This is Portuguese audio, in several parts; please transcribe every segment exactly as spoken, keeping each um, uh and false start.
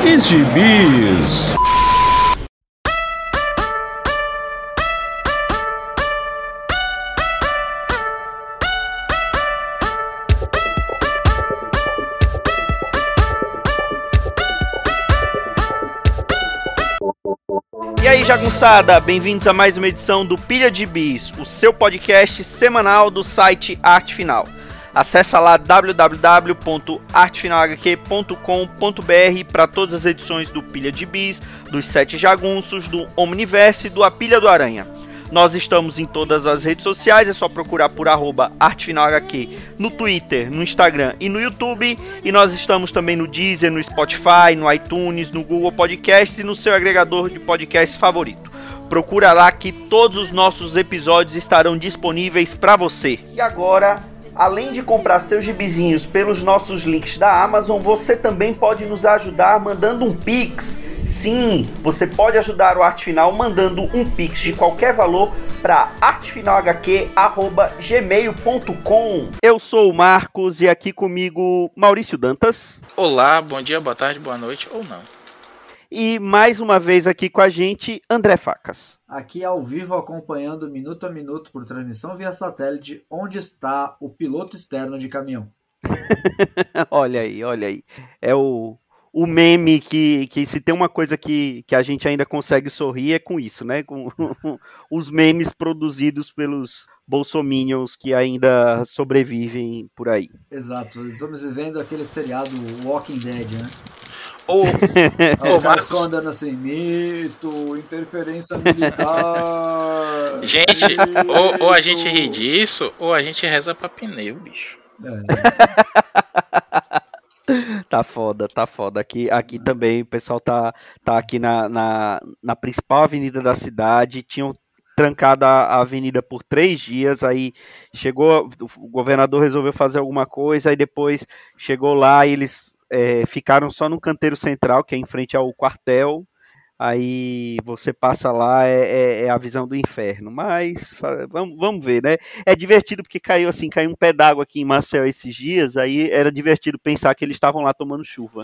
de Gibis. E aí, jagunçada, bem-vindos a mais uma edição do Pilha de Bis, o seu podcast semanal do site Arte Final. Acesse lá w w w ponto arte final h q ponto com ponto b r para todas as edições do Pilha de Bis, dos Sete Jagunços, do Omniverse e do A Pilha do Aranha. Nós estamos em todas as redes sociais, é só procurar por arroba artefinalhq no Twitter, no Instagram e no YouTube. E nós estamos também no Deezer, no Spotify, no iTunes, no Google Podcasts e no seu agregador de podcasts favorito. Procura lá que todos os nossos episódios estarão disponíveis para você. E agora, além de comprar seus gibizinhos pelos nossos links da Amazon, você também pode nos ajudar mandando um Pix. Sim, você pode ajudar o Arte Final mandando um Pix de qualquer valor para artefinalhq arroba gmail ponto com. Eu sou o Marcos e aqui comigo Maurício Dantas. Olá, bom dia, boa tarde, boa noite ou não. E mais uma vez aqui com a gente, André Facas. Aqui ao vivo acompanhando minuto a minuto por transmissão via satélite, onde está o piloto externo de caminhão. Olha aí, olha aí. É o... O meme que, que se tem uma coisa que, que a gente ainda consegue sorrir é com isso, né? Com os memes produzidos pelos bolsominions que ainda sobrevivem por aí. Exato, estamos vivendo aquele seriado Walking Dead, né? Ou os caras ficam andando assim, mito, interferência militar. Gente, mito. ou, ou a gente ri disso, ou a gente reza pra pneu, bicho. É. Tá foda, tá foda. Aqui, aqui também o pessoal tá, tá aqui na, na, na principal avenida da cidade. Tinham trancado a, a avenida por três dias. Aí chegou, o governador resolveu fazer alguma coisa. Aí depois chegou lá e eles é, ficaram só no canteiro central, que é em frente ao quartel. Aí você passa lá, é, é, é a visão do inferno, mas vamos, vamos ver, né? É divertido porque caiu assim, caiu um pé d'água aqui em Marcel esses dias, aí era divertido pensar que eles estavam lá tomando chuva.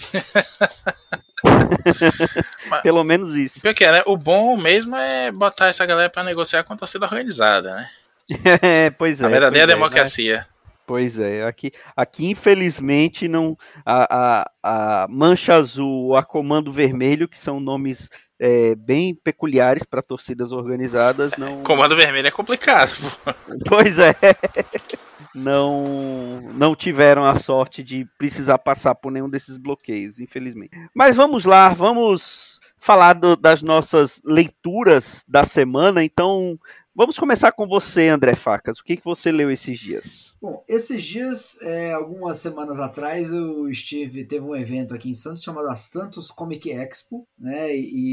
Mas, pelo menos isso. Pior que é, né? O bom mesmo é botar essa galera pra negociar com a torcida organizada, né? É, pois é. A verdadeira pois democracia. É, né? Pois é, aqui, aqui infelizmente não, a, a, a Mancha Azul, a Comando Vermelho, que são nomes é, bem peculiares para torcidas organizadas, não... Comando Vermelho é complicado. Pô. Pois é, não, não tiveram a sorte de precisar passar por nenhum desses bloqueios, infelizmente. Mas vamos lá, vamos falar do, das nossas leituras da semana, então... Vamos começar com você, André Facas. O que, que você leu esses dias? Bom, esses dias, é, algumas semanas atrás, eu estive, teve um evento aqui em Santos chamado Santos Comic Expo, né?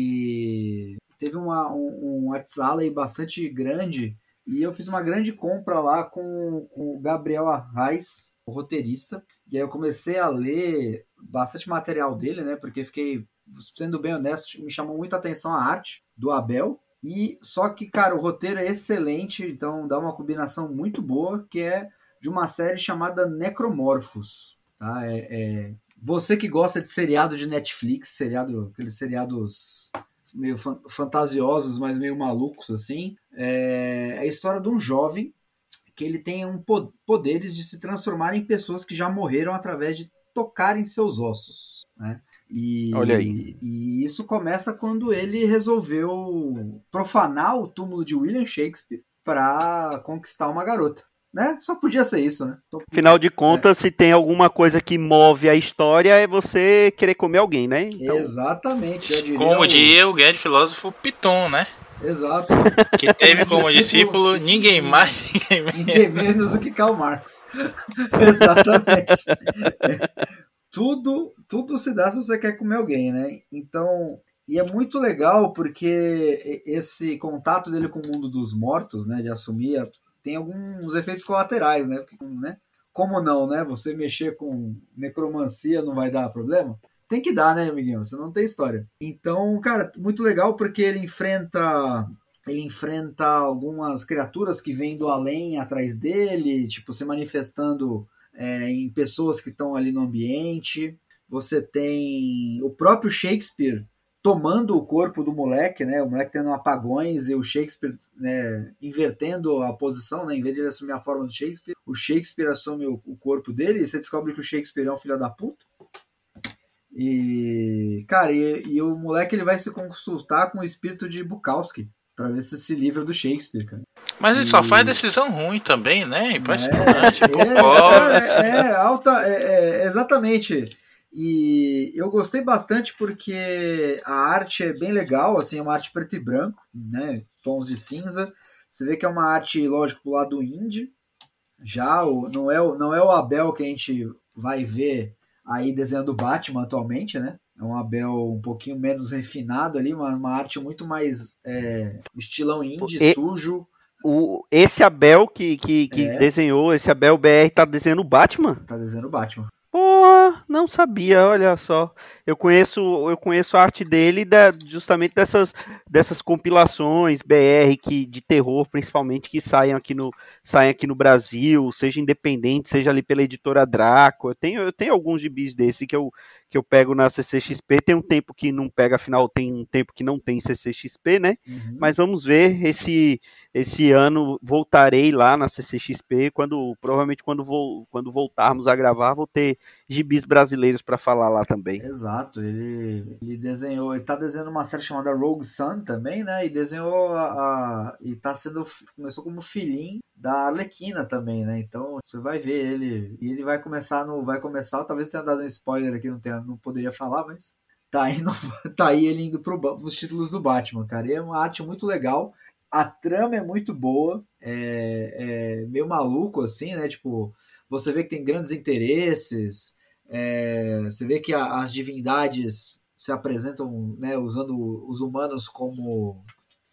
E teve uma, um, um Arts Alley bastante grande e eu fiz uma grande compra lá com, com o Gabriel Arraes, o roteirista. E aí eu comecei a ler bastante material dele, né? Porque fiquei, sendo bem honesto, me chamou muita atenção a arte do Abel. E só que, cara, o roteiro é excelente, então dá uma combinação muito boa, que é de uma série chamada Necromorphos, tá? É, é... Você que gosta de seriado de Netflix, seriado, aqueles seriados meio fan- fantasiosos, mas meio malucos, assim, é... é a história de um jovem que ele tem um po- poderes de se transformar em pessoas que já morreram através de tocarem seus ossos, né? E, Olha aí. E isso começa quando ele resolveu profanar o túmulo de William Shakespeare para conquistar uma garota, né? Só podia ser isso, né? Só... Afinal de contas, é. Se tem alguma coisa que move a história, é você querer comer alguém, né? Então... Exatamente. Eu diria como o... diria o grande filósofo Piton, né? Exato. Que teve como discípulo, discípulo ninguém mais, ninguém menos. Ninguém menos do que Karl Marx. Exatamente. É. Tudo, tudo se dá se você quer comer alguém, né? Então, e é muito legal porque esse contato dele com o mundo dos mortos, né, de assumir, tem alguns efeitos colaterais, né? Porque, né? Como não, né? Você mexer com necromancia não vai dar problema? Tem que dar, né, amiguinho? Você não tem história. Então, cara, muito legal porque ele enfrenta... Ele enfrenta algumas criaturas que vêm do além atrás dele, tipo, se manifestando... É, em pessoas que estão ali no ambiente. você tem o próprio Shakespeare tomando o corpo do moleque, né? O moleque tendo apagões e o Shakespeare, né, invertendo a posição, né? Em vez de ele assumir a forma do Shakespeare, o Shakespeare assume o, o corpo dele e você descobre que o Shakespeare é um filho da puta. E, cara, e, e o moleque ele vai se consultar com o espírito de Bukowski pra ver se se livra do Shakespeare, cara. Mas ele e... só faz decisão ruim também, né? É, Impressionante. é, é, é alta, é, é, exatamente. E eu gostei bastante porque a arte é bem legal, assim, é uma arte preto e branco, né? Tons de cinza. Você vê que é uma arte, lógico, do lado indie. Já o, não, é o, não é o Abel que a gente vai ver aí desenhando Batman atualmente, né? É um Abel um pouquinho menos refinado ali, uma, uma arte muito mais é, estilão indie, E, sujo. O, esse Abel que, que, que É. desenhou, esse Abel B R tá desenhando o Batman? Tá desenhando Batman. Porra, não sabia, olha só. Eu conheço, eu conheço a arte dele da, justamente dessas, dessas compilações B R que, de terror, principalmente, que saem aqui, no, saem aqui no Brasil, seja independente, seja ali pela editora Draco. Eu tenho, eu tenho alguns gibis desse que eu, que eu pego na C C X P. Tem um tempo que não pega, afinal, tem um tempo que não tem C C X P, né? Uhum. Mas vamos ver, esse, esse ano voltarei lá na C C X P, quando, provavelmente quando, vou, quando voltarmos a gravar, vou ter gibis brasileiros para falar lá também. Exato, ele, ele desenhou, ele tá desenhando uma série chamada Rogue Sun também, né? E desenhou a, a e tá sendo, começou como filhinho da Arlequina também, né? Então você vai ver ele e ele vai começar no, vai começar, talvez tenha dado um spoiler aqui, não tenha, não poderia falar, mas tá indo, tá aí ele indo pro os títulos do Batman, cara. E é uma arte muito legal. A trama é muito boa, é, é meio maluco assim, né? Tipo, você vê que tem grandes interesses. É, você vê que a, as divindades se apresentam, né, usando os humanos como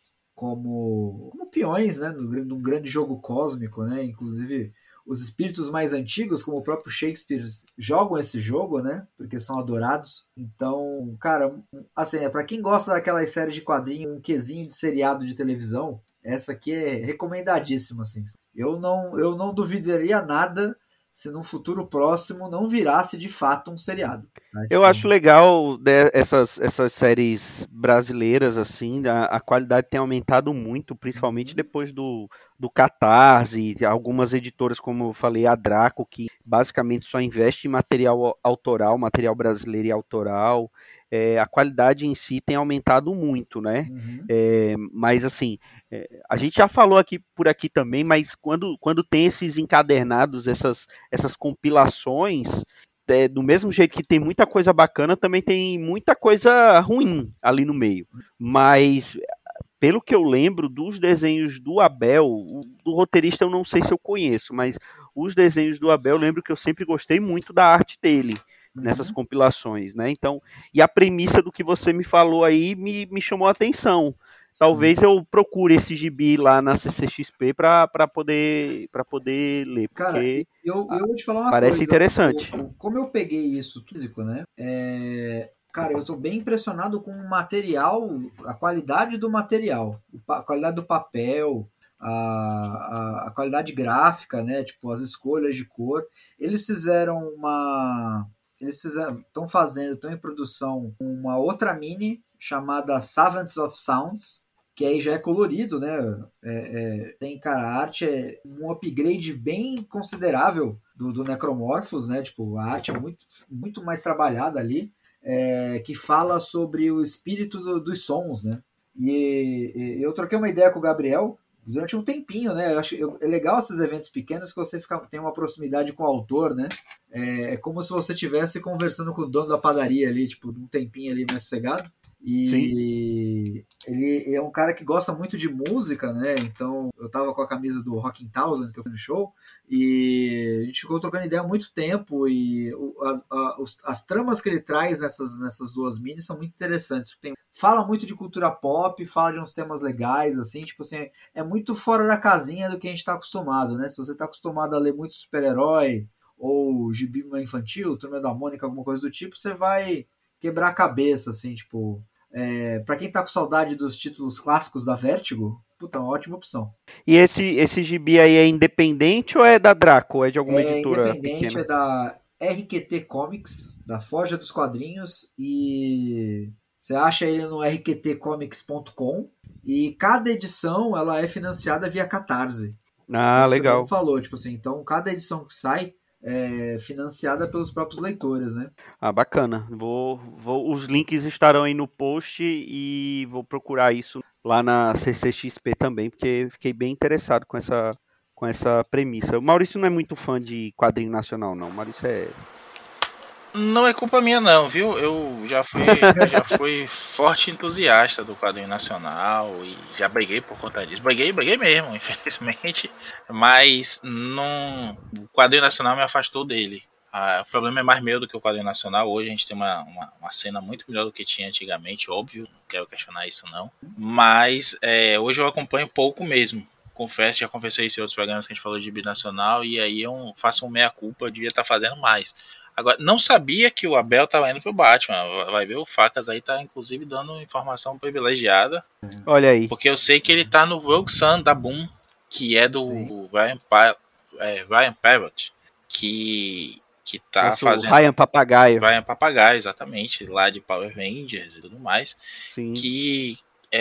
como, como peões, né, num grande jogo cósmico, né? Inclusive os espíritos mais antigos, como o próprio Shakespeare, jogam esse jogo, né? Porque são adorados. Então, cara, assim, é para quem gosta daquelas séries de quadrinhos, um quesinho de seriado de televisão, essa aqui é recomendadíssima, assim. Eu não, eu não duvidaria nada se num futuro próximo não virasse de fato um seriado. Tá? Eu Tipo... acho legal de, essas, essas séries brasileiras, assim, a, a qualidade tem aumentado muito, principalmente uhum. depois do, do Catarse, algumas editoras, como eu falei, a Draco, que basicamente só investe em material autoral, material brasileiro e autoral. É, a qualidade em si tem aumentado muito, né? Uhum. É, mas assim, é, a gente já falou aqui por aqui também, mas quando, quando tem esses encadernados, essas, essas compilações, é, do mesmo jeito que tem muita coisa bacana, também tem muita coisa ruim ali no meio. Mas, pelo que eu lembro dos desenhos do Abel, do roteirista eu não sei se eu conheço, mas os desenhos do Abel eu lembro que eu sempre gostei muito da arte dele. Nessas uhum. compilações, né? Então, e a premissa do que você me falou aí me, me chamou a atenção. Talvez Sim. eu procure esse gibi lá na C C X P para poder, para poder ler. Cara, eu, eu vou te falar uma parece coisa. interessante. Eu, como eu peguei isso físico, né? É, cara, eu tô bem impressionado com o material, a qualidade do material, a qualidade do papel, a, a, a qualidade gráfica, né? Tipo, as escolhas de cor. Eles fizeram uma... Eles estão fazendo, estão em produção uma outra mini chamada Savants of Sounds, que aí já é colorido, né? É, é, tem, cara, a arte é um upgrade bem considerável do, do Necromorphos, né? Tipo, a arte é muito, muito mais trabalhada ali, é, que fala sobre o espírito do, dos sons, né? E, e eu troquei uma ideia com o Gabriel durante um tempinho, né? Eu acho eu, é legal esses eventos pequenos que você fica, tem uma proximidade com o autor, né? É, é como se você estivesse conversando com o dono da padaria ali, tipo, um tempinho ali mais sossegado. E Sim. ele é um cara que gosta muito de música, né? Então eu tava com a camisa do Rockin' Thousand que eu fui no show e a gente ficou trocando ideia há muito tempo e as, as, as tramas que ele traz nessas, nessas duas minis são muito interessantes. Tem, fala muito de cultura pop, fala de uns temas legais, assim, tipo assim, é muito fora da casinha do que a gente tá acostumado, né? Se você tá acostumado a ler muito super-herói ou gibi infantil, Turma da Mônica, alguma coisa do tipo, você vai quebrar a cabeça, assim, tipo... É, pra quem tá com saudade dos títulos clássicos da Vertigo, puta, uma ótima opção. E esse, esse gibi aí é independente ou é da Draco? Ou é de alguma é editora independente, pequena? É da, R Q T Comics, da Forja dos Quadrinhos, e você acha ele no r q t comics ponto com, e cada edição ela é financiada via Catarse. Ah, Como você legal. mesmo falou, tipo assim, então cada edição que sai é financiada pelos próprios leitores, né? Ah, bacana. Vou, vou, os links estarão aí no post e vou procurar isso lá na C C X P também, porque fiquei bem interessado com essa, com essa premissa. O Maurício não é muito fã de quadrinho nacional, não. O Maurício é... Não é culpa minha não, viu? Eu já fui, já fui forte entusiasta do quadrinho nacional e já briguei por conta disso. Briguei, briguei mesmo, infelizmente. Mas não, o quadrinho nacional me afastou dele. Ah, o problema é mais meu do que o quadrinho nacional. Hoje a gente tem uma, uma, uma cena muito melhor do que tinha antigamente, óbvio. Não quero questionar isso não. Mas é, hoje eu acompanho pouco mesmo. Confesso, já confessei isso em outros programas que a gente falou de binacional. E aí eu faço um meia-culpa, eu devia estar fazendo mais. Agora, não sabia que o Abel tava indo pro Batman. Vai ver, o Facas aí tá inclusive dando informação privilegiada. Olha aí. Porque eu sei que ele tá no Rogue Sun da Boom, que é do Sim. Ryan, pa é, Ryan Parrott, que, que tá Nosso fazendo... Ryan Papagaio. Ryan Papagaio, exatamente, lá de Power Rangers e tudo mais. Sim. Que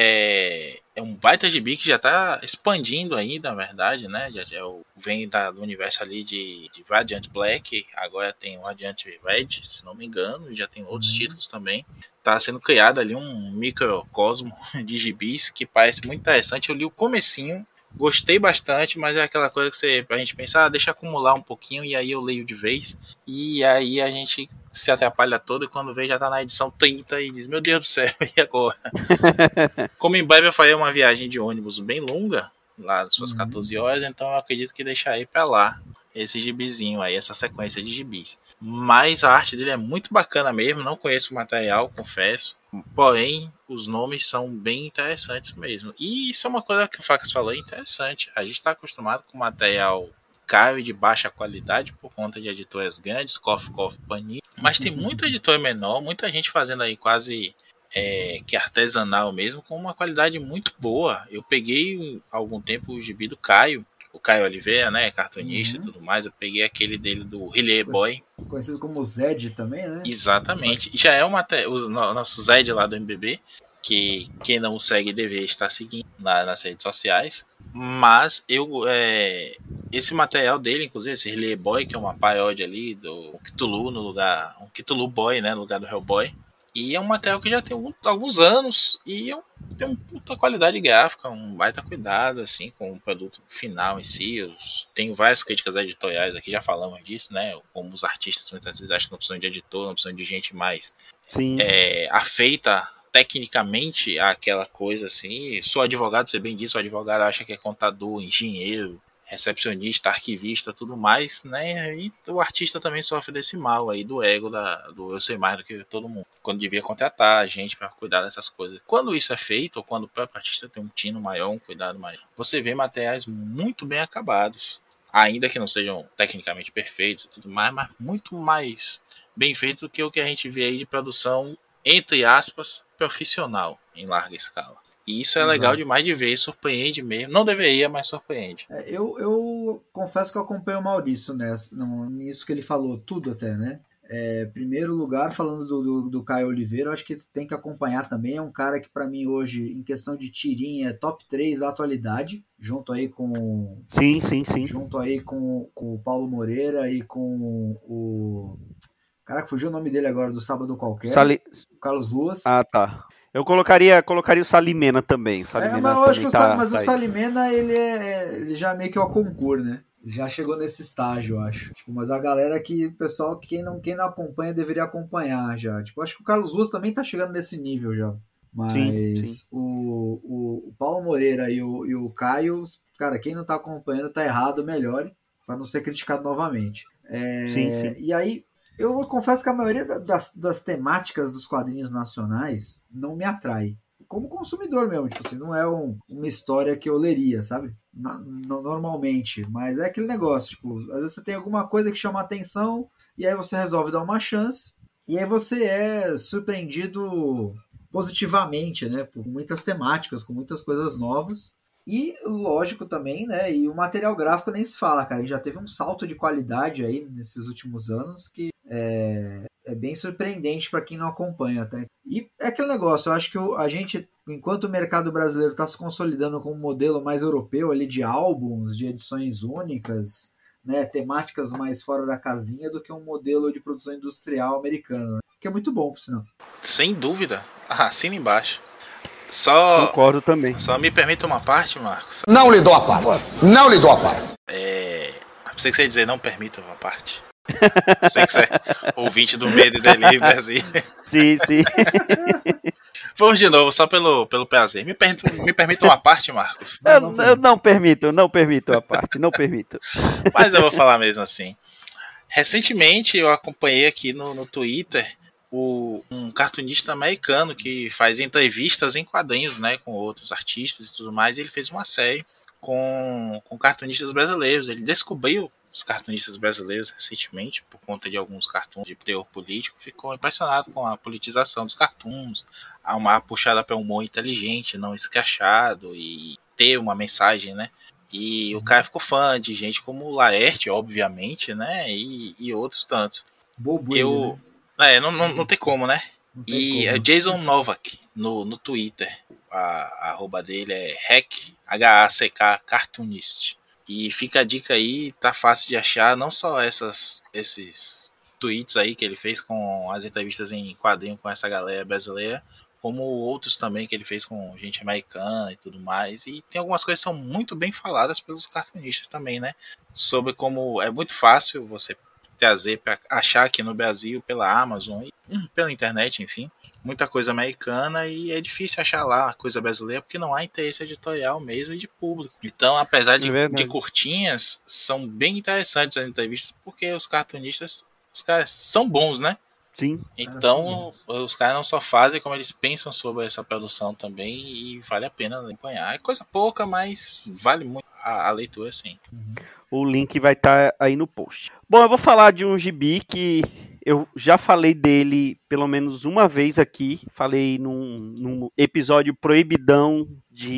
é, é um baita gibi que já tá expandindo ainda, na verdade, né? Já, já vem da, do universo ali de, de Radiant Black, agora tem o Radiant Red, se não me engano, já tem outros uhum. títulos também. Tá sendo criado ali um microcosmo de gibis que parece muito interessante. Eu li o comecinho, gostei bastante, mas é aquela coisa que você, pra gente pensar, ah, deixa acumular um pouquinho e aí eu leio de vez. E aí a gente se atrapalha todo e quando vê já tá na edição trinta e diz, meu Deus do céu, e agora? Como em breve eu farei uma viagem de ônibus bem longa, lá das suas uhum. catorze horas, então eu acredito que deixarei pra lá esse gibizinho aí, essa sequência de gibis. Mas a arte dele é muito bacana mesmo, não conheço o material, confesso. Porém, os nomes são bem interessantes mesmo. E isso é uma coisa que o Facas falou, é interessante. A gente está acostumado com material caro e de baixa qualidade por conta de editoras grandes, Coffee Coffee, Panini. Mas tem muita editora menor, muita gente fazendo aí quase é, que artesanal mesmo, com uma qualidade muito boa. Eu peguei há algum tempo o gibi do Caio, o Caio Oliveira, né, cartunista uhum. e tudo mais. Eu peguei aquele dele do Relay Boy. Conhecido como Zed também, né? Exatamente. E já é uma o nosso Zed lá do M B B, que quem não o segue deveria estar seguindo na, nas redes sociais. Mas eu é, esse material dele, inclusive, esse Relay Boy, que é uma paródia ali do Cthulhu no lugar, um Cthulhu Boy, né, no lugar do Hellboy. E é um material que já tem alguns anos e tem uma puta qualidade gráfica, um baita cuidado assim, com o produto final em si. Eu tenho várias críticas editoriais aqui, já falamos disso, né? Como os artistas muitas vezes acham que não precisam de editor, não precisam de gente mais é, afeita tecnicamente àquela coisa assim. Sou advogado, você bem disse, o advogado acha que é contador, engenheiro, recepcionista, arquivista, tudo mais, né? E o artista também sofre desse mal aí do ego, da, do eu sei mais do que todo mundo, quando devia contratar a gente para cuidar dessas coisas. Quando isso é feito, ou quando o próprio artista tem um tino maior, um cuidado maior, você vê materiais muito bem acabados, ainda que não sejam tecnicamente perfeitos e tudo mais, mas muito mais bem feito do que o que a gente vê aí de produção, entre aspas, profissional, em larga escala. E isso é Exato. Legal demais de ver, surpreende mesmo. Não deveria, mas surpreende. É, eu, eu confesso que eu acompanho o Maurício nessa, nisso que ele falou, tudo até, né? É, primeiro lugar, falando do, do, do Caio Oliveira, eu acho que tem que acompanhar também. É um cara que, para mim, hoje, em questão de tirinha, é top três da atualidade, junto aí com. Sim, sim, sim. Junto aí com, com o Paulo Moreira e com o. Caraca, fugiu o nome dele agora, do Sábado Qualquer. Sali... Carlos Luas. Ah, tá. Eu colocaria, colocaria o Salimena também. Salimena é, mas eu acho que o, tá, mas tá o Salimena, ele, é, ele já é meio que o concurso, né? Já chegou nesse estágio, eu acho. Tipo, mas a galera que, o pessoal, quem não, quem não acompanha, deveria acompanhar já. Tipo, acho que o Carlos Ruas também tá chegando nesse nível já. Mas sim, sim. O, o, o Paulo Moreira e o, e o Caio, cara, quem não tá acompanhando tá errado, melhore, para não ser criticado novamente. É, sim, sim. E aí, eu confesso que a maioria das, das temáticas dos quadrinhos nacionais não me atrai. Como consumidor mesmo, tipo assim, não é um, uma história que eu leria, sabe? Na, no, normalmente. Mas é aquele negócio, tipo, às vezes você tem alguma coisa que chama atenção e aí você resolve dar uma chance e aí você é surpreendido positivamente, né? Por muitas temáticas, com muitas coisas novas. E, lógico também, né? E o material gráfico nem se fala, cara. Ele já teve um salto de qualidade aí nesses últimos anos que é, é bem surpreendente para quem não acompanha, tá? E é aquele negócio, eu acho que a gente, enquanto o mercado brasileiro está se consolidando como um modelo mais europeu ali de álbuns, de edições únicas, né, temáticas mais fora da casinha do que um modelo de produção industrial americano, né? Que é muito bom, por sinal. Sem dúvida. Ah, assina embaixo. Só, Concordo também. Só me permita uma parte, Marcos. Não lhe dou a parte. Não lhe dou a parte. É... Pensei que você ia dizer não permita uma parte. Sei que você é ouvinte do Medo e Delírio, assim. Sim, sim. Vamos de novo, só pelo, pelo prazer. Me, per... me permita uma parte, Marcos? Eu, não, eu não permito, não permito a parte, não permito. Mas eu vou falar mesmo assim. Recentemente eu acompanhei aqui no, no Twitter o, um cartunista americano que faz entrevistas em quadrinhos, né, com outros artistas e tudo mais. E ele fez uma série com, com cartunistas brasileiros. Ele descobriu os cartunistas brasileiros recentemente por conta de alguns cartoons de teor político. Ficou impressionado com a politização dos cartoons, uma puxada para um humor inteligente, não escrachado e ter uma mensagem, né? E o cara ficou fã de gente como o Laerte, obviamente, né? E, e outros tantos. Bobo eu ele, né? É, não, não, não tem como, né? Não tem E como. é Jason Novak no, no Twitter. A, a arroba dele é hack, H A C K, cartoonist. E fica a dica aí, tá fácil de achar, não só essas, esses tweets aí que ele fez com as entrevistas em quadrinho com essa galera brasileira, como outros também que ele fez com gente americana e tudo mais. E tem algumas coisas que são muito bem faladas pelos cartunistas também, né? Sobre como é muito fácil você trazer para achar aqui no Brasil pela Amazon e hum, pela internet, enfim, muita coisa americana, e é difícil achar lá coisa brasileira porque não há interesse editorial mesmo e de público. Então, apesar de, É de curtinhas, são bem interessantes as entrevistas porque os cartunistas, os caras são bons, né? Sim. Então, os caras não só fazem como eles pensam sobre essa produção também, e vale a pena acompanhar. É coisa pouca, mas vale muito a, a leitura, sim. O link vai estar tá aí no post. Bom, eu vou falar de um gibi que eu já falei dele pelo menos uma vez aqui. Falei num, num episódio proibidão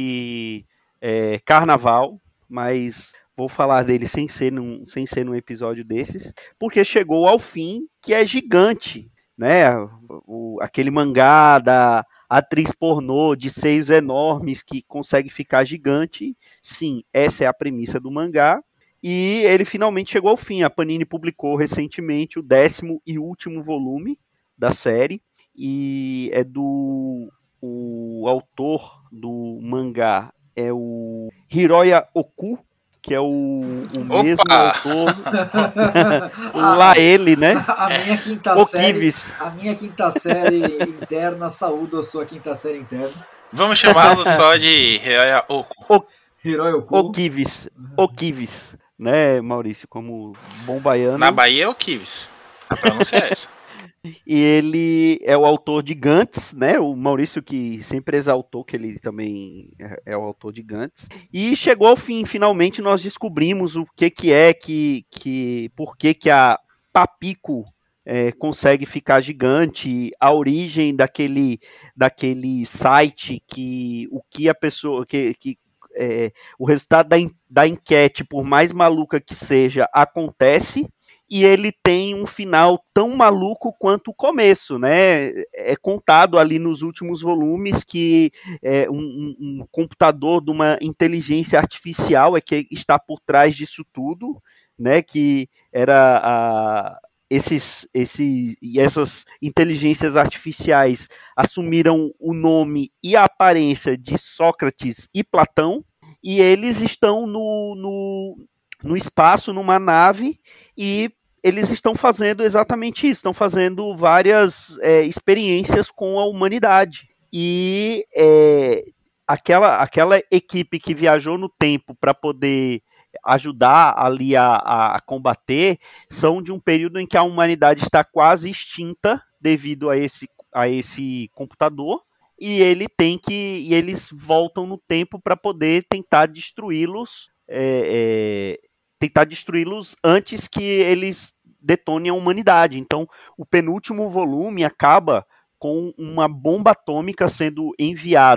de é, carnaval, mas vou falar dele sem ser, num, sem ser num episódio desses, porque chegou ao fim, que é Gigante, né? O, aquele mangá da atriz pornô de seios enormes que consegue ficar gigante. Sim, essa é a premissa do mangá. E ele finalmente chegou ao fim. A Panini publicou recentemente o décimo e último volume da série. E é do... O autor do mangá é o Hiroya Oku, que é o, o mesmo autor. Lá ele, né? A minha quinta o série. Kivis. A minha quinta série interna, saúdo a sua quinta série interna. Vamos chamá-lo só de Hiroya Oku. O, Hiroya Oku. O Kivis. O Kivis. Né, Maurício? Como bom baiano. Na Bahia é o Kivis. A pronúncia é essa. E ele é o autor de Gantz, né? O Maurício que sempre exaltou que ele também é o autor de Gantz. E chegou ao fim, finalmente nós descobrimos o que que é, que, que, por que que a Papico é, consegue ficar gigante, a origem daquele, daquele site, que o que a pessoa... que, que é, o resultado da, da enquete, por mais maluca que seja, acontece. E ele tem um final tão maluco quanto o começo, né? É contado ali nos últimos volumes que é, um, um computador de uma inteligência artificial é que está por trás disso tudo, né? Que era a, esses, esses, essas inteligências artificiais assumiram o nome e a aparência de Sócrates e Platão, e eles estão no, no, no espaço, numa nave, e eles estão fazendo exatamente isso, estão fazendo várias é, experiências com a humanidade. E é, aquela, aquela equipe que viajou no tempo para poder ajudar ali a, a combater são de um período em que a humanidade está quase extinta devido a esse, a esse computador, e ele tem que e eles voltam no tempo para poder tentar destruí-los é, é, tentar destruí-los antes que eles detonem a humanidade. Então, o penúltimo volume acaba com uma bomba atômica sendo enviada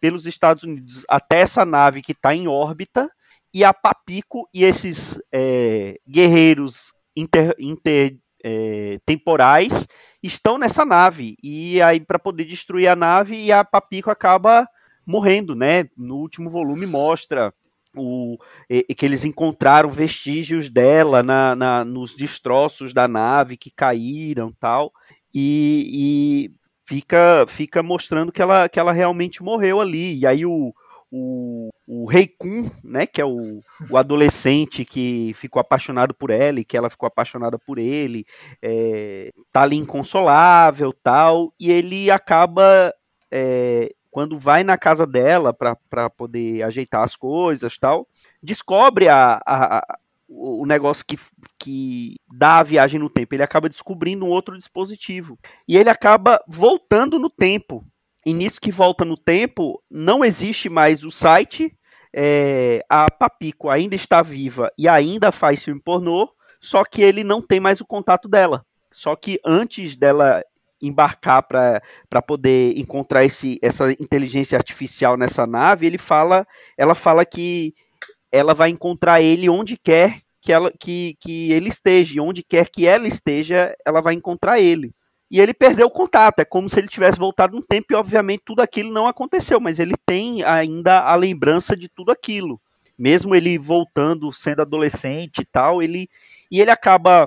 pelos Estados Unidos até essa nave que está em órbita, e a Papiko e esses é, guerreiros inter, inter, é, temporais estão nessa nave, e aí para poder destruir a nave, e a Papiko acaba morrendo, né? No último volume mostra o, e, que eles encontraram vestígios dela na, na, nos destroços da nave que caíram, tal, e, e fica, fica mostrando que ela, que ela realmente morreu ali. E aí o O, o Rei Kun, né, que é o, o adolescente que ficou apaixonado por ela e que ela ficou apaixonada por ele, é, tá ali inconsolável, tal, e ele acaba, é, quando vai na casa dela para poder ajeitar as coisas, tal, descobre a, a, a, o negócio que, que dá a viagem no tempo. Ele acaba descobrindo um outro dispositivo, e ele acaba voltando no tempo. E nisso que volta no tempo, não existe mais o site, é, a Papiko ainda está viva e ainda faz filme pornô, só que ele não tem mais o contato dela. Só que antes dela embarcar para poder encontrar esse, essa inteligência artificial nessa nave, ele fala, ela fala que ela vai encontrar ele onde quer que, ela, que, que ele esteja, e onde quer que ela esteja, ela vai encontrar ele. E ele perdeu o contato, é como se ele tivesse voltado no tempo, e obviamente tudo aquilo não aconteceu, mas ele tem ainda a lembrança de tudo aquilo. Mesmo ele voltando, sendo adolescente e tal, ele, e ele acaba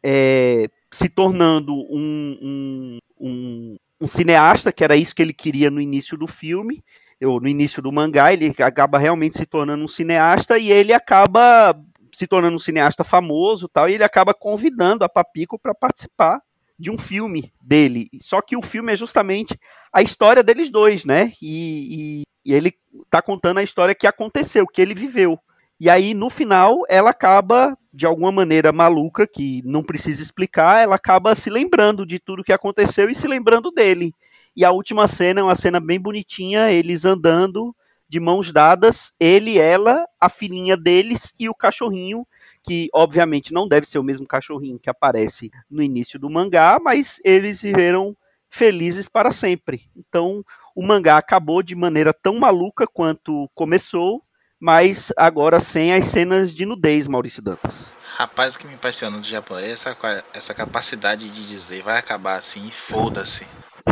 é, se tornando um, um, um, um cineasta, que era isso que ele queria no início do filme, ou no início do mangá. Ele acaba realmente se tornando um cineasta, e ele acaba se tornando um cineasta famoso, tal, e ele acaba convidando a Papiko para participar de um filme dele, só que o filme é justamente a história deles dois, né, e, e, e ele tá contando a história que aconteceu, que ele viveu, e aí no final ela acaba, de alguma maneira maluca, que não precisa explicar, ela acaba se lembrando de tudo que aconteceu e se lembrando dele, e a última cena é uma cena bem bonitinha, eles andando de mãos dadas, ele, ela, a filhinha deles e o cachorrinho, que obviamente não deve ser o mesmo cachorrinho que aparece no início do mangá, mas eles viveram felizes para sempre. Então o mangá acabou de maneira tão maluca quanto começou, mas agora sem as cenas de nudez, Maurício Dantas. Rapaz, o que me impressiona do japonês é essa, essa capacidade de dizer vai acabar assim, foda-se.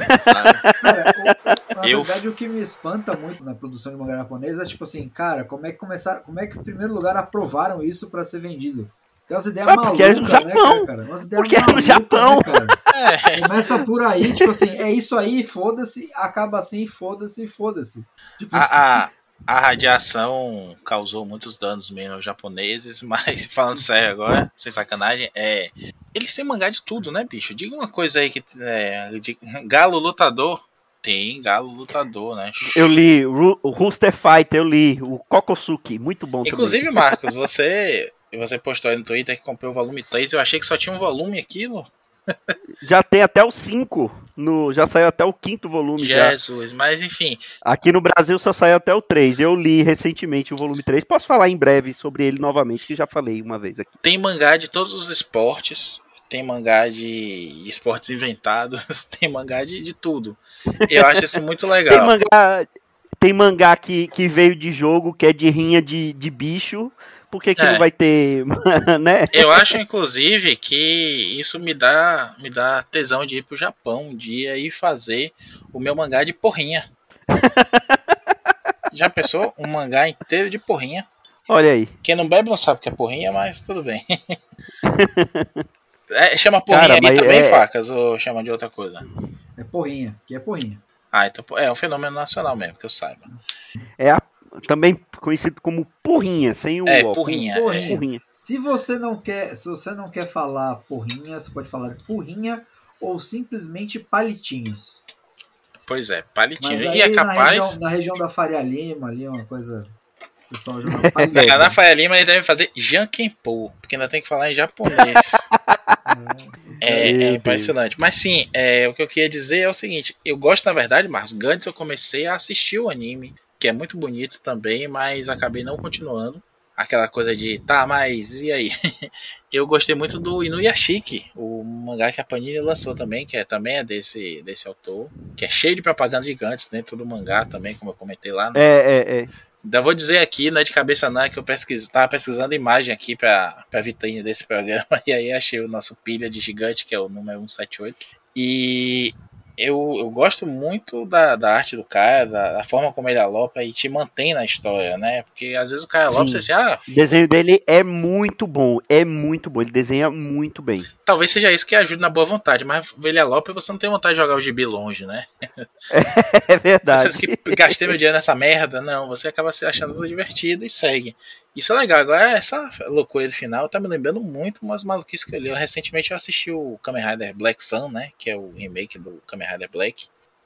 Cara, o, na Eu... verdade, o que me espanta muito na produção de mangá japonesa é tipo assim, cara, como é que começaram, como é que em primeiro lugar aprovaram isso pra ser vendido? Aquelas ideias ah, malucas, é no Japão. Né, cara? Umas ideias porque malucas, é no Japão. Né, cara? É. Começa por aí, tipo assim, é isso aí, foda-se, acaba assim, foda-se, foda-se. Tipo, a, a, a radiação causou muitos danos mesmo aos japoneses, mas falando sério agora, sem sacanagem, é... eles têm mangá de tudo, né, bicho? Diga uma coisa aí que é, de Galo Lutador. Tem Galo Lutador, né? Eu li o Rooster Fight, eu li o Kokosuki, muito bom. Inclusive, também. Marcos, você você postou aí no Twitter que comprou o volume três. Eu achei que só tinha um volume aquilo. Já tem até o cinco, no, já saiu até o quinto volume. Jesus, já. Mas enfim. Aqui no Brasil só saiu até o três. Eu li recentemente o volume três. Posso falar em breve sobre ele novamente, que já falei uma vez aqui. Tem mangá de todos os esportes. Tem mangá de esportes inventados. Tem mangá de, de tudo. Eu acho isso muito legal. Tem mangá, tem mangá que, que veio de jogo, que é de rinha de, de bicho. Por que, que é. não vai ter, né? Eu acho, inclusive, que isso me dá, me dá tesão de ir pro Japão um dia e fazer o meu mangá de porrinha. Já pensou? Um mangá inteiro de porrinha. Olha aí. Quem não bebe não sabe o que é porrinha, mas tudo bem. É, chama porrinha Cara, aí também, é... Facas, ou chama de outra coisa? É porrinha, que é porrinha. Ah, então é um fenômeno nacional mesmo, que eu saiba. É a, também conhecido como porrinha, sem o É, ó, porrinha, porrinha. É. porrinha. Se você não quer, se você não quer falar porrinha, você pode falar porrinha ou simplesmente palitinhos. Pois é, palitinhos. Mas e é capaz na região, na região da Faria Lima ali, uma coisa o pessoal joga palitinho. Na, na Faria Lima ele deve fazer Jankenpo, porque ainda tem que falar em japonês. É, é impressionante. Mas sim, é, o que eu queria dizer é o seguinte: eu gosto, na verdade, Marcos, antes eu comecei a assistir o anime, que é muito bonito também, mas acabei não continuando. aquela coisa de, tá, mas e aí? Eu gostei muito do Inuyashiki, o mangá que a Panini lançou também, que é, também é desse, desse autor, que é cheio de propagandas gigantes dentro do mangá também, como eu comentei lá. É, é, é. Ainda vou dizer aqui, não é de cabeça não, é que eu pesquis, tava pesquisando imagem aqui pra, pra vitrine desse programa, e aí achei o nosso pilha de gigante, que é o número cento e setenta e oito. E eu, eu gosto muito da, da arte do cara, da, da forma como ele alopa e te mantém na história, né? Porque às vezes o cara alopa e você assim, ah... O desenho dele é muito bom, é muito bom, ele desenha muito bem. Talvez seja isso que ajude na boa vontade, mas ele alopa e você não tem vontade de jogar o gibi longe, né? É verdade. Você que gastei meu dinheiro nessa merda, não, você acaba se achando tudo divertido e segue. Isso é legal. Agora, essa loucura do final tá me lembrando muito umas maluquices que eu li. Eu, recentemente eu assisti o Kamen Rider Black Sun, né? Que é o remake do Kamen Rider Black,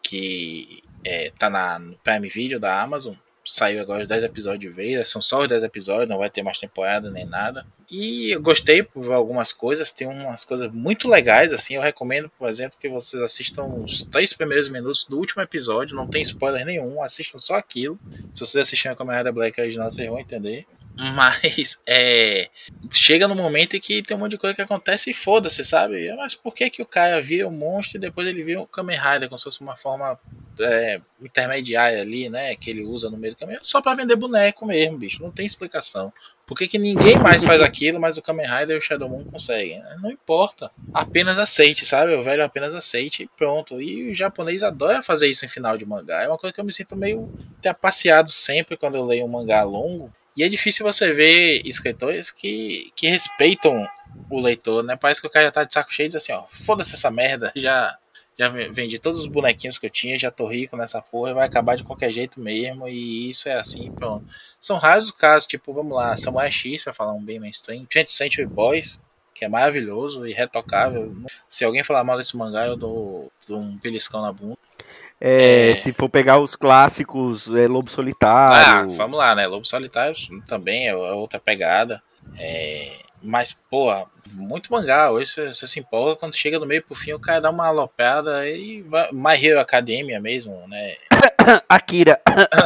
que é, tá na, no Prime Video da Amazon. Saiu agora os dez episódios de vez. São só os dez episódios, não vai ter mais temporada nem nada. E eu gostei por algumas coisas. Tem umas coisas muito legais, assim. Eu recomendo, por exemplo, que vocês assistam os três primeiros minutos do último episódio. Não tem spoiler nenhum. Assistam só aquilo. Se vocês assistirem a Kamen Rider Black original, vocês vão entender. Mas é, chega no momento em que tem um monte de coisa que acontece e foda-se, sabe? Mas por que que o cara vira um monstro e depois ele vira um Kamen Rider como se fosse uma forma é, intermediária ali, né? Que ele usa no meio do caminho, só pra vender boneco mesmo, bicho. Não tem explicação. Por que que ninguém mais faz aquilo, mas o Kamen Rider e o Shadow Moon conseguem? Não importa. Apenas aceite, sabe? O velho apenas aceite e pronto. E o japonês adora fazer isso em final de mangá. É uma coisa que eu me sinto meio apaciado sempre quando eu leio um mangá longo. E é difícil você ver escritores que, que respeitam o leitor, né? Parece que o cara já tá de saco cheio e diz assim, ó, foda-se essa merda, já, já vendi todos os bonequinhos que eu tinha, já tô rico nessa porra, vai acabar de qualquer jeito mesmo, e isso é assim, pronto. São raros os casos, tipo, vamos lá, Samurai X, pra falar um bem mainstream, twentieth Century Boys, que é maravilhoso e retocável. Se alguém falar mal desse mangá, eu dou, dou um beliscão na bunda. É, É... Se for pegar os clássicos, é Lobo Solitário. Ah, vamos lá, né? Lobo Solitário também é outra pegada. É... Mas, pô, muito mangá. Hoje você, você se empolga, quando chega no meio pro fim, o cara dá uma alopeada e vai... My Hero Academia mesmo, né? Akira.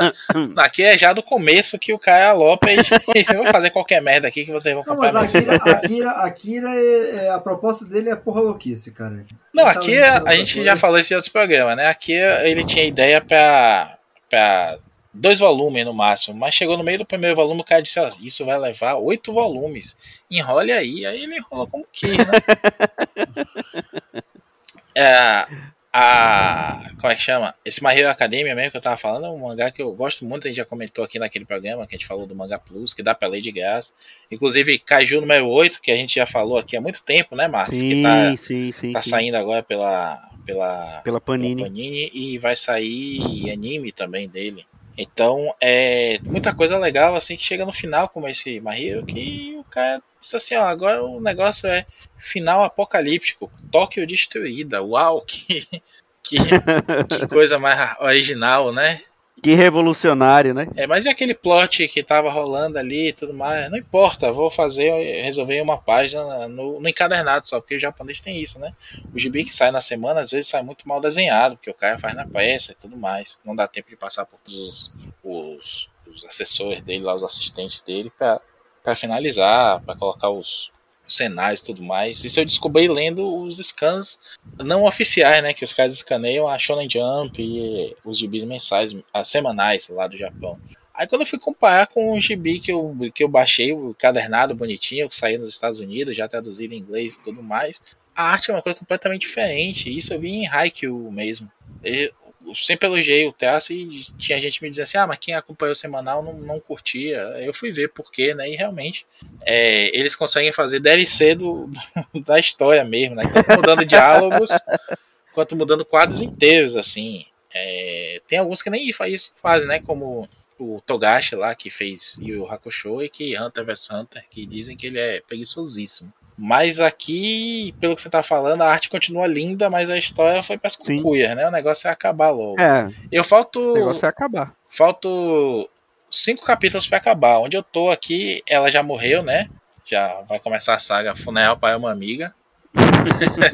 Aqui é já do começo que o cara alopa e eu vou fazer qualquer merda aqui que vocês vão comprar. Não, mas Akira, Akira, Akira é, é, a proposta dele é porra louquice, cara. Não, aqui a, a gente já falou isso em outros programas, né? Aqui ele tinha ideia pra, pra dois volumes no máximo, mas chegou no meio do primeiro volume, o cara disse, ó, isso vai levar oito volumes. Enrole aí, aí ele enrola como quis, né? É... A, como é que chama? Esse My Hero Academia mesmo que eu tava falando é um mangá que eu gosto muito, a gente já comentou aqui naquele programa que a gente falou do Manga Plus, que dá pra ler de graça. Inclusive Kaiju número oito, que a gente já falou aqui há muito tempo, né, Márcio? Sim, que tá, sim, sim. tá sim. saindo agora pela, pela, pela, Panini. pela Panini e vai sair anime também dele. Então é muita coisa legal assim que chega no final, como esse My Hero, que o cara diz assim, ó, agora o negócio é final apocalíptico, Tóquio destruída, uau, que, que, que coisa mais original, né? Que revolucionário, né? É, mas e aquele plot que tava rolando ali e tudo mais? Não importa, vou fazer, resolver uma página no, no encadernado só, porque o japonês tem isso, né? O gibi que sai na semana, às vezes sai muito mal desenhado, porque o cara faz na pressa e tudo mais. Não dá tempo de passar por todos os, os, os assessores dele, lá, os assistentes dele, pra, pra finalizar, pra colocar os, os cenários e tudo mais. Isso eu descobri lendo os scans não oficiais, né? Que os caras escaneiam a Shonen Jump e os gibis mensais, as semanais lá do Japão. Aí quando eu fui comparar com o gibi que eu, que eu baixei, o cadernado bonitinho, que saiu nos Estados Unidos, já traduzido em inglês e tudo mais, a arte é uma coisa completamente diferente. Isso eu vi em Haikyuu mesmo. Eu sempre elogiei o traço e tinha gente me dizendo assim, ah, mas quem acompanhou o semanal não, não curtia. Eu fui ver por quê, né? E realmente é, eles conseguem fazer D L C do, do, da história mesmo, né? Tanto mudando diálogos quanto mudando quadros inteiros, assim. É, tem alguns que nem isso fazem, né? Como o Togashi lá, que fez Yu Yu Hakusho, e que Hunter versus Hunter, que dizem que ele é preguiçosíssimo. Mas aqui, pelo que você tá falando, a arte continua linda, mas a história foi pras cucuias, né? O negócio é acabar logo. É, eu falto... o negócio é acabar. Falto cinco capítulos pra acabar. Onde eu tô aqui, ela já morreu, né? Já vai começar a saga Funeral para uma Amiga.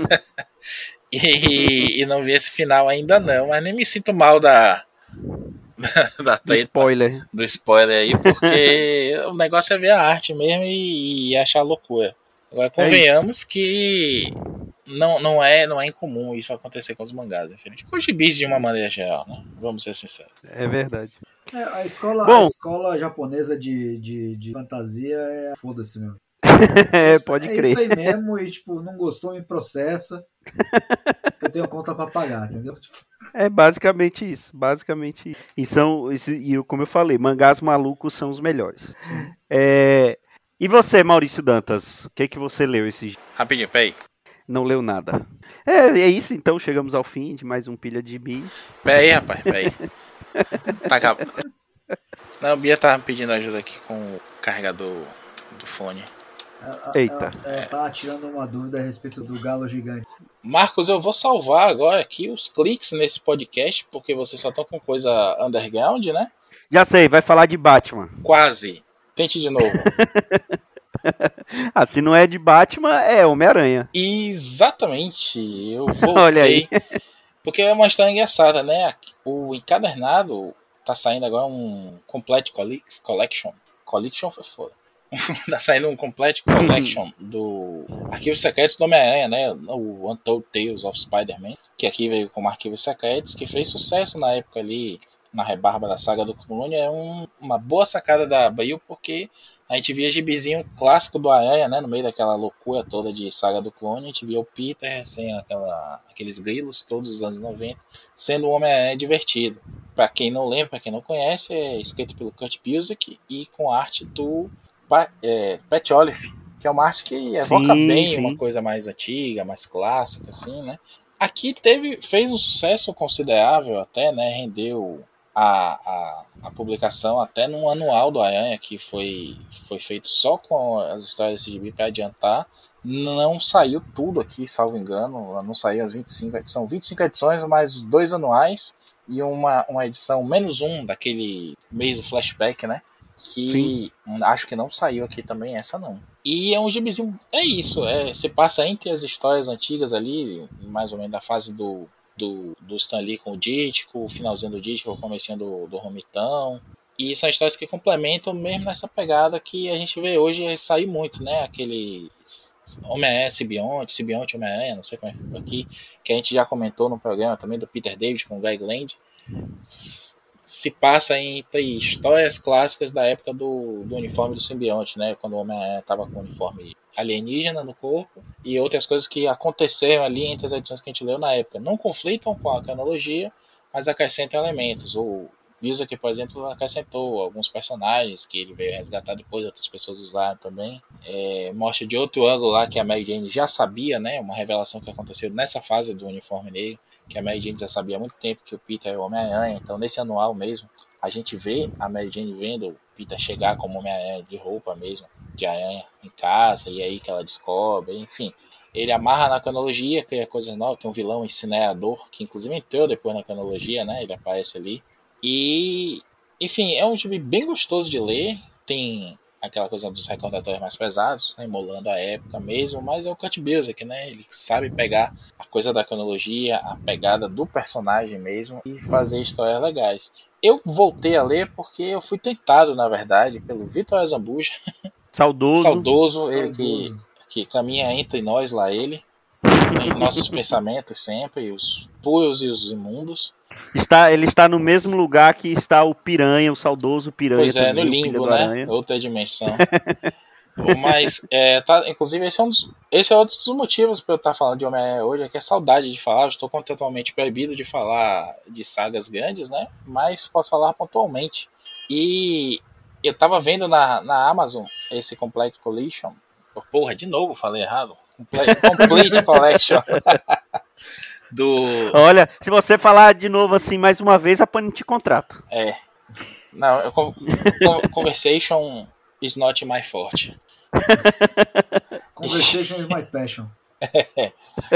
e, e não vi esse final ainda não, mas nem me sinto mal da... da Do spoiler. Do spoiler aí, porque o negócio é ver a arte mesmo e, e achar loucura. Agora, convenhamos é que não, não, é, não é incomum isso acontecer com os mangás, diferente com os gibis de uma maneira geral, né? Vamos ser sinceros. É verdade. É, a, escola, Bom, a escola japonesa de, de, de fantasia é foda-se mesmo. É, isso, pode é crer. isso aí mesmo, e tipo, não gostou, me processa. Que eu tenho conta pra pagar, entendeu? Tipo... É basicamente isso, basicamente isso. E são, e como eu falei, mangás malucos são os melhores. É, e você, Maurício Dantas, o que que você leu esse dia? Rapidinho, peraí. Não leu nada. É, é isso então, chegamos ao fim de mais um Pilha de Bis. Peraí, rapaz, peraí. Tá acabando. Não, a Bia tava pedindo ajuda aqui com o carregador do fone. Ela, Eita. Ela, ela tá tirando uma dúvida a respeito do galo gigante. Marcos, eu vou salvar agora aqui os cliques nesse podcast, porque vocês só estão com coisa underground, né? Já sei, vai falar de Batman. Quase. Tente de novo. Ah, se não é de Batman, é Homem-Aranha. Exatamente. Eu voltei. Olha aí. Porque é uma história engraçada, né? O encadernado tá saindo agora um Complete Collection. Collection foi foda. Tá saindo um Complete Collection do Arquivos Secretos do Homem-Aranha, né? O Untold Tales of Spider-Man, que aqui veio como Arquivos Secretos, que fez sucesso na época ali, na rebarba da saga do Clone. É um, uma boa sacada da Abril, porque a gente via gibizinho clássico do Aranha, né? No meio daquela loucura toda de saga do Clone, a gente via o Peter sem aquela, aqueles grilos todos os anos noventa, sendo um Homem-Aranha divertido. Pra quem não lembra, pra quem não conhece, é escrito pelo Kurt Busiek e com arte do É, Pat Olive, que é uma arte que evoca sim, bem sim. uma coisa mais antiga, mais clássica, assim, né? Aqui teve, fez um sucesso considerável até, né? Rendeu a, a, a publicação até num anual do Aranha, que foi, foi feito só com as histórias desse gibi para adiantar. Não saiu tudo aqui, salvo engano, não saiu as vinte e cinco edições, são vinte e cinco edições, mais dois anuais e uma, uma edição menos um daquele mês do flashback, né? Que sim. Acho que não saiu aqui também essa não. E é um gibizinho, é isso, é, se passa entre as histórias antigas ali, mais ou menos da fase do, do, do Stan Lee com o Dítico, o finalzinho do Dítico, o comecinho do, do Romitão. E são histórias que complementam mesmo nessa pegada que a gente vê hoje sair muito, né? Aquele Homem-Aranha, Sibionte, Sibionte Homem-Aranha, não sei como é que ficou aqui, que a gente já comentou no programa também do Peter David com o Greg Land. Se passa entre histórias clássicas da época do, do uniforme do simbionte, né? Quando o Homem-Aranha estava com o uniforme alienígena no corpo e outras coisas que aconteceram ali entre as edições que a gente leu na época. Não conflitam com a cronologia, mas acrescentam elementos. O Busiek, por exemplo, acrescentou alguns personagens que ele veio resgatar depois, outras pessoas usaram também. É, mostra de outro ângulo lá que a Mary Jane já sabia, né? Uma revelação que aconteceu nessa fase do uniforme negro, que a Mary Jane já sabia há muito tempo que o Peter é o Homem-Aranha. Então nesse anual mesmo a gente vê a Mary Jane vendo o Peter chegar como Homem-Aranha de roupa mesmo, de aranha em casa, e aí que ela descobre, enfim. Ele amarra na cronologia, cria coisas novas, tem um vilão incinerador, que inclusive entrou depois na cronologia, né? Ele aparece ali. E, enfim, é um gibi bem gostoso de ler, tem aquela coisa dos recordatórios mais pesados, né, emulando a época mesmo, mas é o Kurt Busiek, né? Ele sabe pegar a coisa da cronologia, a pegada do personagem mesmo e fazer histórias legais. Eu voltei a ler porque eu fui tentado, na verdade, pelo Vitor Azambuja. Saudoso. Saudoso, ele que, que caminha entre nós lá, ele, em nossos pensamentos sempre, os puros e os imundos. Está, ele está no mesmo lugar que está o Piranha, o saudoso Piranha. Pois é, também, no limbo, né? Aranha. Outra dimensão. Mas, é, tá, inclusive, esse é, um dos, esse é outro dos motivos para eu estar falando de Homem-Aranha hoje, é que é saudade de falar. Eu estou totalmente proibido de falar de sagas grandes, né? Mas posso falar pontualmente. E eu estava vendo na, na Amazon esse Complete Collection. Porra, de novo falei errado. Complete, Complete Collection. Do... Olha, se você falar de novo assim mais uma vez, a Panini te contrata. É. Não, eu, conversation is not my forte. Conversation is my passion. É.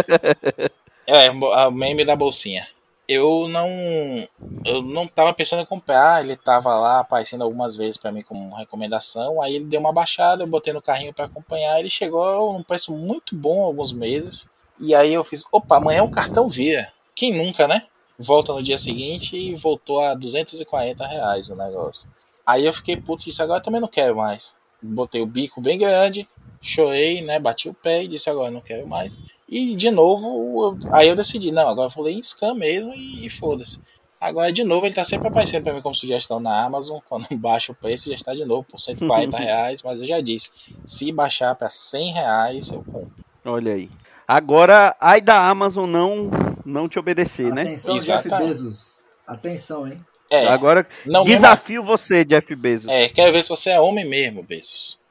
É, o meme da bolsinha. Eu não eu não tava pensando em comprar, ele tava lá aparecendo algumas vezes para mim como recomendação, aí ele deu uma baixada, eu botei no carrinho para acompanhar, ele chegou num preço muito bom há alguns meses. E aí eu fiz, opa, amanhã o cartão vira. Quem nunca, né? volta no dia seguinte e voltou a duzentos e quarenta reais o negócio. Aí eu fiquei puto e disse, agora eu também não quero mais. Botei o bico bem grande, chorei, né, bati o pé e disse, agora eu não quero mais. E de novo, eu, aí eu decidi, não, agora eu falei em scam mesmo e, e foda-se. Agora de novo ele tá sempre aparecendo pra mim como sugestão na Amazon, quando baixa o preço já está de novo por cento e quarenta reais, mas eu já disse, se baixar pra cem reais eu compro. Olha aí. Agora, ai da Amazon não, não te obedecer, né? Atenção, Jeff Bezos. Atenção, hein? É, agora, não desafio mesmo... você, Jeff Bezos. É, quero ver se você é homem mesmo, Bezos.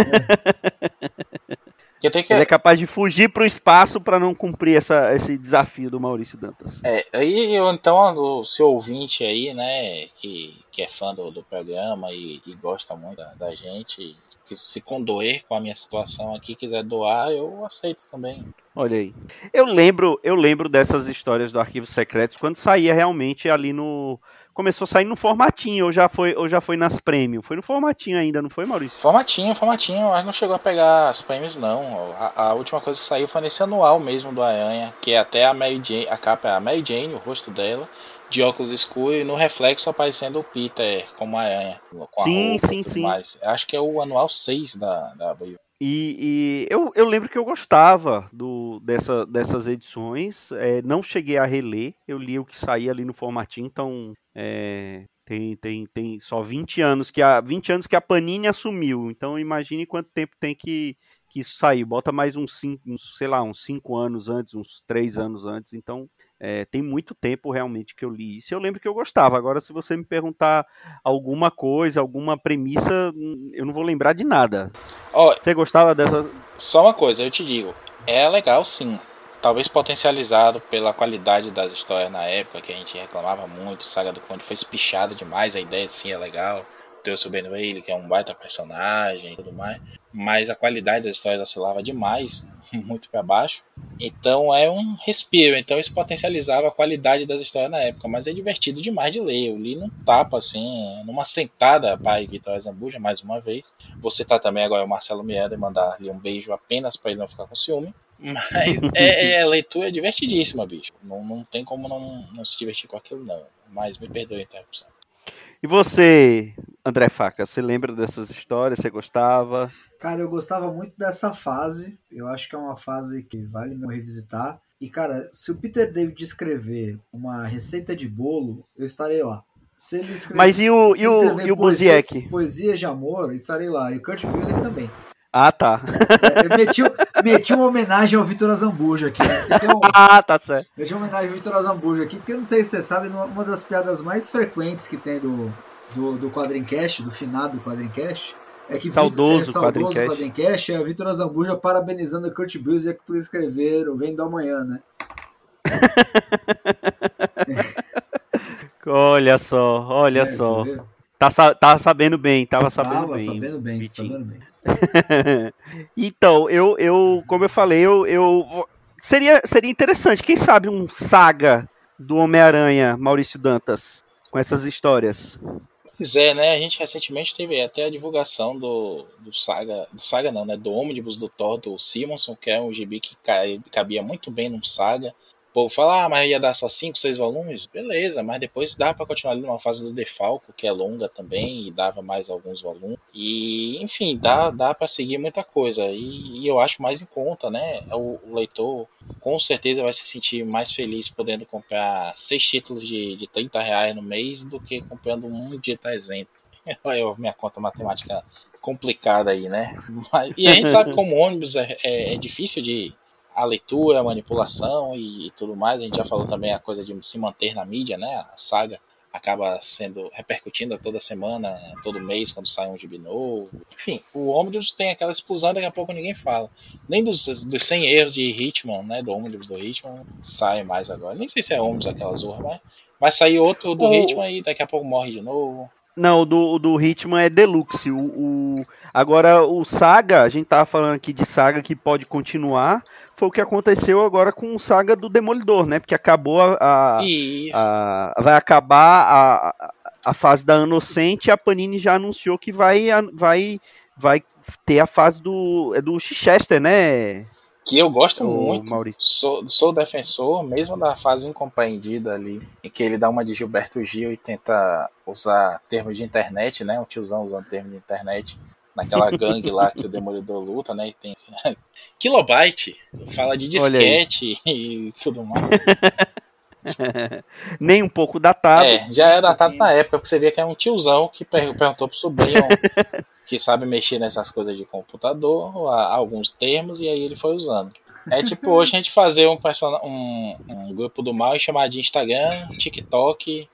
que tem que... Ele é capaz de fugir pro espaço para não cumprir essa, esse desafio do Maurício Dantas. É, aí eu, então, o seu ouvinte aí, né, que, que é fã do, do programa e, e gosta muito da, da gente, que se condoer com a minha situação aqui, quiser doar, eu aceito também. Olha aí. Eu lembro, eu lembro dessas histórias do Arquivos Secretos quando saía realmente ali no... Começou a sair no formatinho, ou já foi, ou já foi nas Premium? Foi no formatinho ainda, não foi, Maurício? Formatinho, formatinho, mas não chegou a pegar as Premiums, não. A, a última coisa que saiu foi nesse anual mesmo do Aranha, que é até a Mary Jane, a capa é a Mary Jane, o rosto dela, de óculos escuros e no reflexo aparecendo o Peter como Aranha. Com sim, a roupa, sim, sim. Mais. Acho que é o anual seis da, da Abril. E, e eu, eu lembro que eu gostava do, dessa, dessas edições, é, não cheguei a reler, eu li o que saía ali no formatinho, então é, tem, tem, tem só vinte anos que a, vinte anos que a Panini assumiu, então imagine quanto tempo tem que, que isso saiu, bota mais uns cinco, uns, sei lá, uns cinco anos antes, uns três anos antes, então é, tem muito tempo realmente que eu li isso, eu lembro que eu gostava. Agora se você me perguntar alguma coisa, alguma premissa, eu não vou lembrar de nada. Oh, você gostava dessas? Só uma coisa, eu te digo, é legal sim, talvez potencializado pela qualidade das histórias na época, que a gente reclamava muito, Saga do Clone foi espichada demais, a ideia sim é legal, trouxe o Ben Whaley, que é um baita personagem e tudo mais, mas a qualidade das histórias oscilava demais, muito para baixo, então é um respiro, então isso potencializava a qualidade das histórias na época, mas é divertido demais de ler, eu li num tapa assim, numa sentada para Vitória Zambuja, mais uma vez, vou citar também agora o Marcelo Miranda e mandar-lhe um beijo apenas para ele não ficar com ciúme, mas é, é, a leitura é divertidíssima, bicho, não, não tem como não, não se divertir com aquilo não, mas me perdoe a interrupção. E você, André Faca, você lembra dessas histórias? Você gostava? Cara, eu gostava muito dessa fase. Eu acho que é uma fase que vale me revisitar. E, cara, se o Peter David escrever uma receita de bolo, eu estarei lá. Se ele escrever, Mas e o, e o, e o poesia, Busiek? Poesia de amor, eu estarei lá. E o Kurt Busiek também. Ah, tá. É, eu meti, meti uma homenagem ao Vitor Azambuja aqui. Né? Um, ah, tá certo. Meti uma homenagem ao Vitor Azambuja aqui, porque eu não sei se você sabe, uma das piadas mais frequentes que tem do, do, do Quadrincast, do finado Quadrincast, é que saudoso, Victor, é, saudoso Quadrincast é o Vitor Azambuja parabenizando o Kurt Busiek por escrever o Vem do Amanhã, né? Olha só, olha é, só. Tá, tá sabendo bem, tava sabendo tava bem. sabendo bem, sabendo bem. Então, eu, eu, como eu falei, eu, eu seria, seria interessante, quem sabe um saga do Homem-Aranha, Maurício Dantas, com essas histórias. Pois é, né? A gente recentemente teve até a divulgação do, do Saga, do Saga não, né? Do ônibus do Thor, do Simonson, que é um gibi que cabia muito bem num Saga. O povo fala, ah, mas ia dar só cinco, seis volumes? Beleza, mas depois dá pra continuar ali numa fase do Defalco, que é longa também, e dava mais alguns volumes. E, enfim, dá, dá pra seguir muita coisa. E, e eu acho mais em conta, né? O, o leitor com certeza vai se sentir mais feliz podendo comprar seis títulos de, de trinta reais no mês do que comprando um de trezentos. Olha, minha conta matemática complicada aí, né? Mas, e a gente sabe como ônibus é, é, é difícil de... a leitura, a manipulação e, e tudo mais. A gente já falou também a coisa de se manter na mídia, né? A saga acaba sendo repercutindo toda semana, todo mês, quando sai um gibi novo. Enfim, o Omnibus tem aquela explosão, daqui a pouco ninguém fala. Nem dos, dos cem erros de Hitman, né? Do Omnibus do Hitman, sai mais agora. Nem sei se é Omnibus aquela zorra, mas vai sair outro do o... Hitman e daqui a pouco morre de novo. Não, o do, do Hitman é Deluxe. O, o, agora, o Saga, a gente tava falando aqui de Saga que pode continuar, foi o que aconteceu agora com o Saga do Demolidor, né? Porque acabou a... a, a vai acabar a, a fase da Inocente e a Panini já anunciou que vai, vai, vai ter a fase do, é do Chichester, né? Que eu gosto Ô, muito. Maurício. Sou, sou defensor, mesmo da fase incompreendida ali, em que ele dá uma de Gilberto Gil e tenta usar termos de internet, né? Um tiozão usando termos de internet. Naquela gangue lá que o Demolidor luta, né? E tem Kilobyte, fala de disquete e tudo mais. Nem um pouco datado. É, já é datado na época, porque você vê que é um tiozão que per- perguntou pro sobrinho que sabe mexer nessas coisas de computador, a- alguns termos, e aí ele foi usando. É tipo hoje a gente fazer um, person- um, um grupo do mal e chamar de Instagram, TikTok,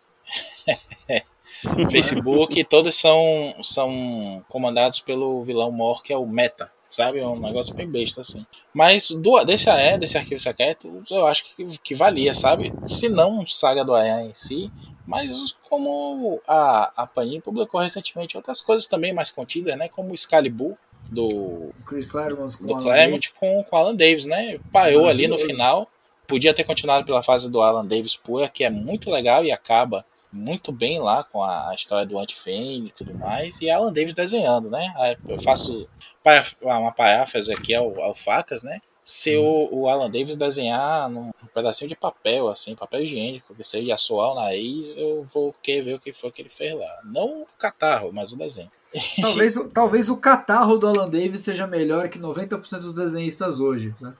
Facebook, todos são, são comandados pelo vilão maior, que é o Meta, sabe? É um negócio bem besta, assim. Mas do, desse A E, desse arquivo secreto, eu acho que, que valia, sabe? Se não Saga do A E em si, mas como a, a Panini publicou recentemente outras coisas também mais contidas, né? Como o Excalibur, do, Chris Claremont com do Alan Claremont com o Alan Davis, né? Parou ali no Maravilhoso. final. Podia ter continuado pela fase do Alan Davis pura, que é muito legal e acaba muito bem lá com a, a história do Anti-Fame e tudo mais. E Alan Davis desenhando, né? Aí eu faço para- uma paráfrase aqui ao, ao Facas, né? Se o, o Alan Davis desenhar num pedacinho de papel, assim, papel higiênico, que seja assoar o nariz, eu vou querer ver o que foi que ele fez lá. Não o catarro, mas o desenho. Talvez, o- talvez o catarro do Alan Davis seja melhor que noventa por cento dos desenhistas hoje. Né?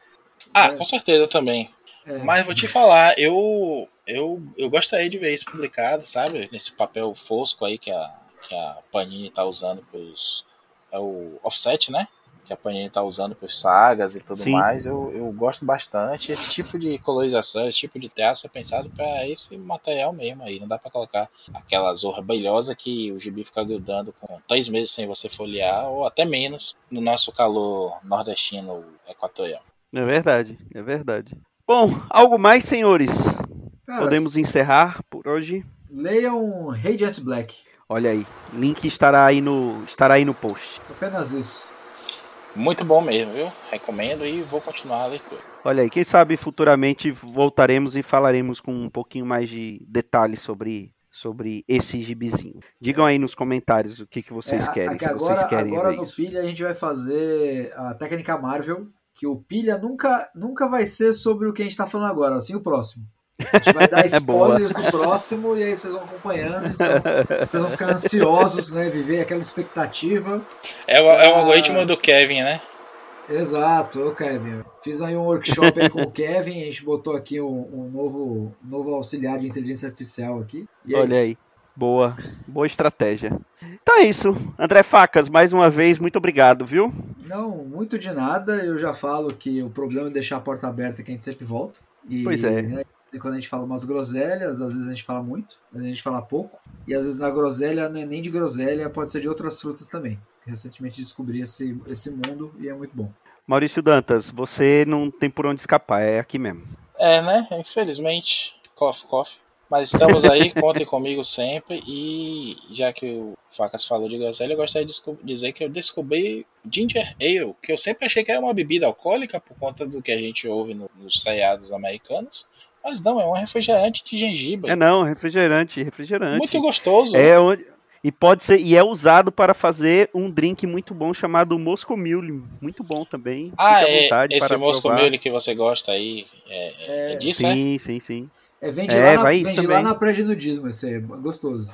Ah, É. com certeza também. É. Mas vou te falar, eu, eu, eu gostaria de ver isso publicado, sabe? Nesse papel fosco aí que a, que a Panini tá usando pros... É o offset, né? Que a Panini tá usando pros sagas e tudo Sim. mais. Eu, eu gosto bastante. Esse tipo de colorização, esse tipo de traço é pensado para esse material mesmo aí. Não dá para colocar aquela zorra brilhosa que o gibi fica grudando com três meses sem você folhear, ou até menos, no nosso calor nordestino equatorial. É verdade, é verdade. Bom, algo mais, senhores? Cara, Podemos encerrar por hoje? leiam Radiant Black. Olha aí, link estará aí no, estará aí no post. Apenas isso. Muito bom mesmo, viu? Recomendo e vou continuar a leitura. Olha aí, quem sabe futuramente voltaremos e falaremos com um pouquinho mais de detalhes sobre, sobre esse gibizinho. Digam aí nos comentários o que, que vocês É, querem, aqui se agora, vocês querem agora ver no isso. Pilha a gente vai fazer a técnica Marvel, que o Pilha nunca, nunca vai ser sobre o que a gente tá falando agora, assim o próximo. A gente vai dar É boa. spoilers do próximo e aí vocês vão acompanhando, então vocês vão ficar ansiosos, né, viver aquela expectativa. É o, é o Ah. algoritmo do Kevin, né? Exato, ô Kevin. Fiz aí um workshop aí com o Kevin, a gente botou aqui um, um novo, um novo auxiliar de inteligência artificial aqui. E é Olha isso. aí, boa, boa estratégia. Então é isso, André Facas, mais uma vez, muito obrigado, viu? Não, muito de nada. Eu já falo que o problema é deixar a porta aberta que a gente sempre volta. E, Pois é. né, quando a gente fala umas groselhas, às vezes a gente fala muito, às vezes a gente fala pouco. E às vezes a groselha não é nem de groselha, pode ser de outras frutas também. Recentemente descobri esse, esse mundo e é muito bom. Maurício Dantas, você não tem por onde escapar, é aqui mesmo. É, né? Infelizmente. Coffee, coffee. Mas estamos aí, contem comigo sempre. E já que o Facas falou de groselha, eu gostaria de desco- dizer que eu descobri Ginger Ale, que eu sempre achei que era uma bebida alcoólica por conta do que a gente ouve no- nos seriados americanos. Mas não, é um refrigerante de gengibre. É não, refrigerante, refrigerante. Muito gostoso. É onde... E pode ser, e é usado para fazer um drink muito bom chamado Moscow Mule, muito bom também. Ah, Fique à é, vontade esse para Moscow provar. Mule que você gosta aí, é, é, é disso, é? Sim, sim, sim. É, vende É, lá, na, vai isso vende lá também. na pré-nudismo, esse é gostoso.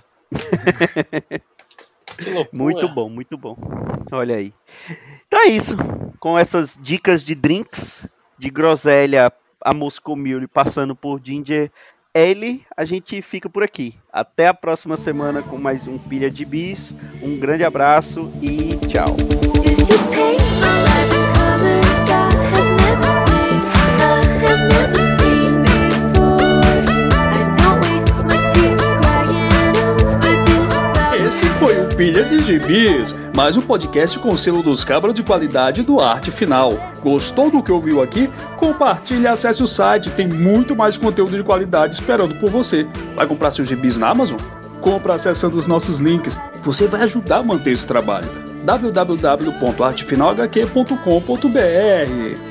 Que loucura. Muito bom, muito bom. Olha aí. Então é isso. Com essas dicas de drinks, de groselha a Moscow Mule, passando por Ginger Ale, a gente fica por aqui. Até a próxima semana com mais um Pilha de Bis. Um grande abraço e tchau. Cause you paint my life in colors I have never seen, I have never seen before. I don't waste my tears crying over dear. Esse foi o Pilha de Gibis, mais um podcast com o selo dos cabras de qualidade do Arte Final. Gostou do que ouviu aqui? Compartilhe e acesse o site, tem muito mais conteúdo de qualidade esperando por você. Vai comprar seus gibis na Amazon? Compra acessando os nossos links, você vai ajudar a manter esse trabalho. w w w ponto arte final h q ponto com ponto b r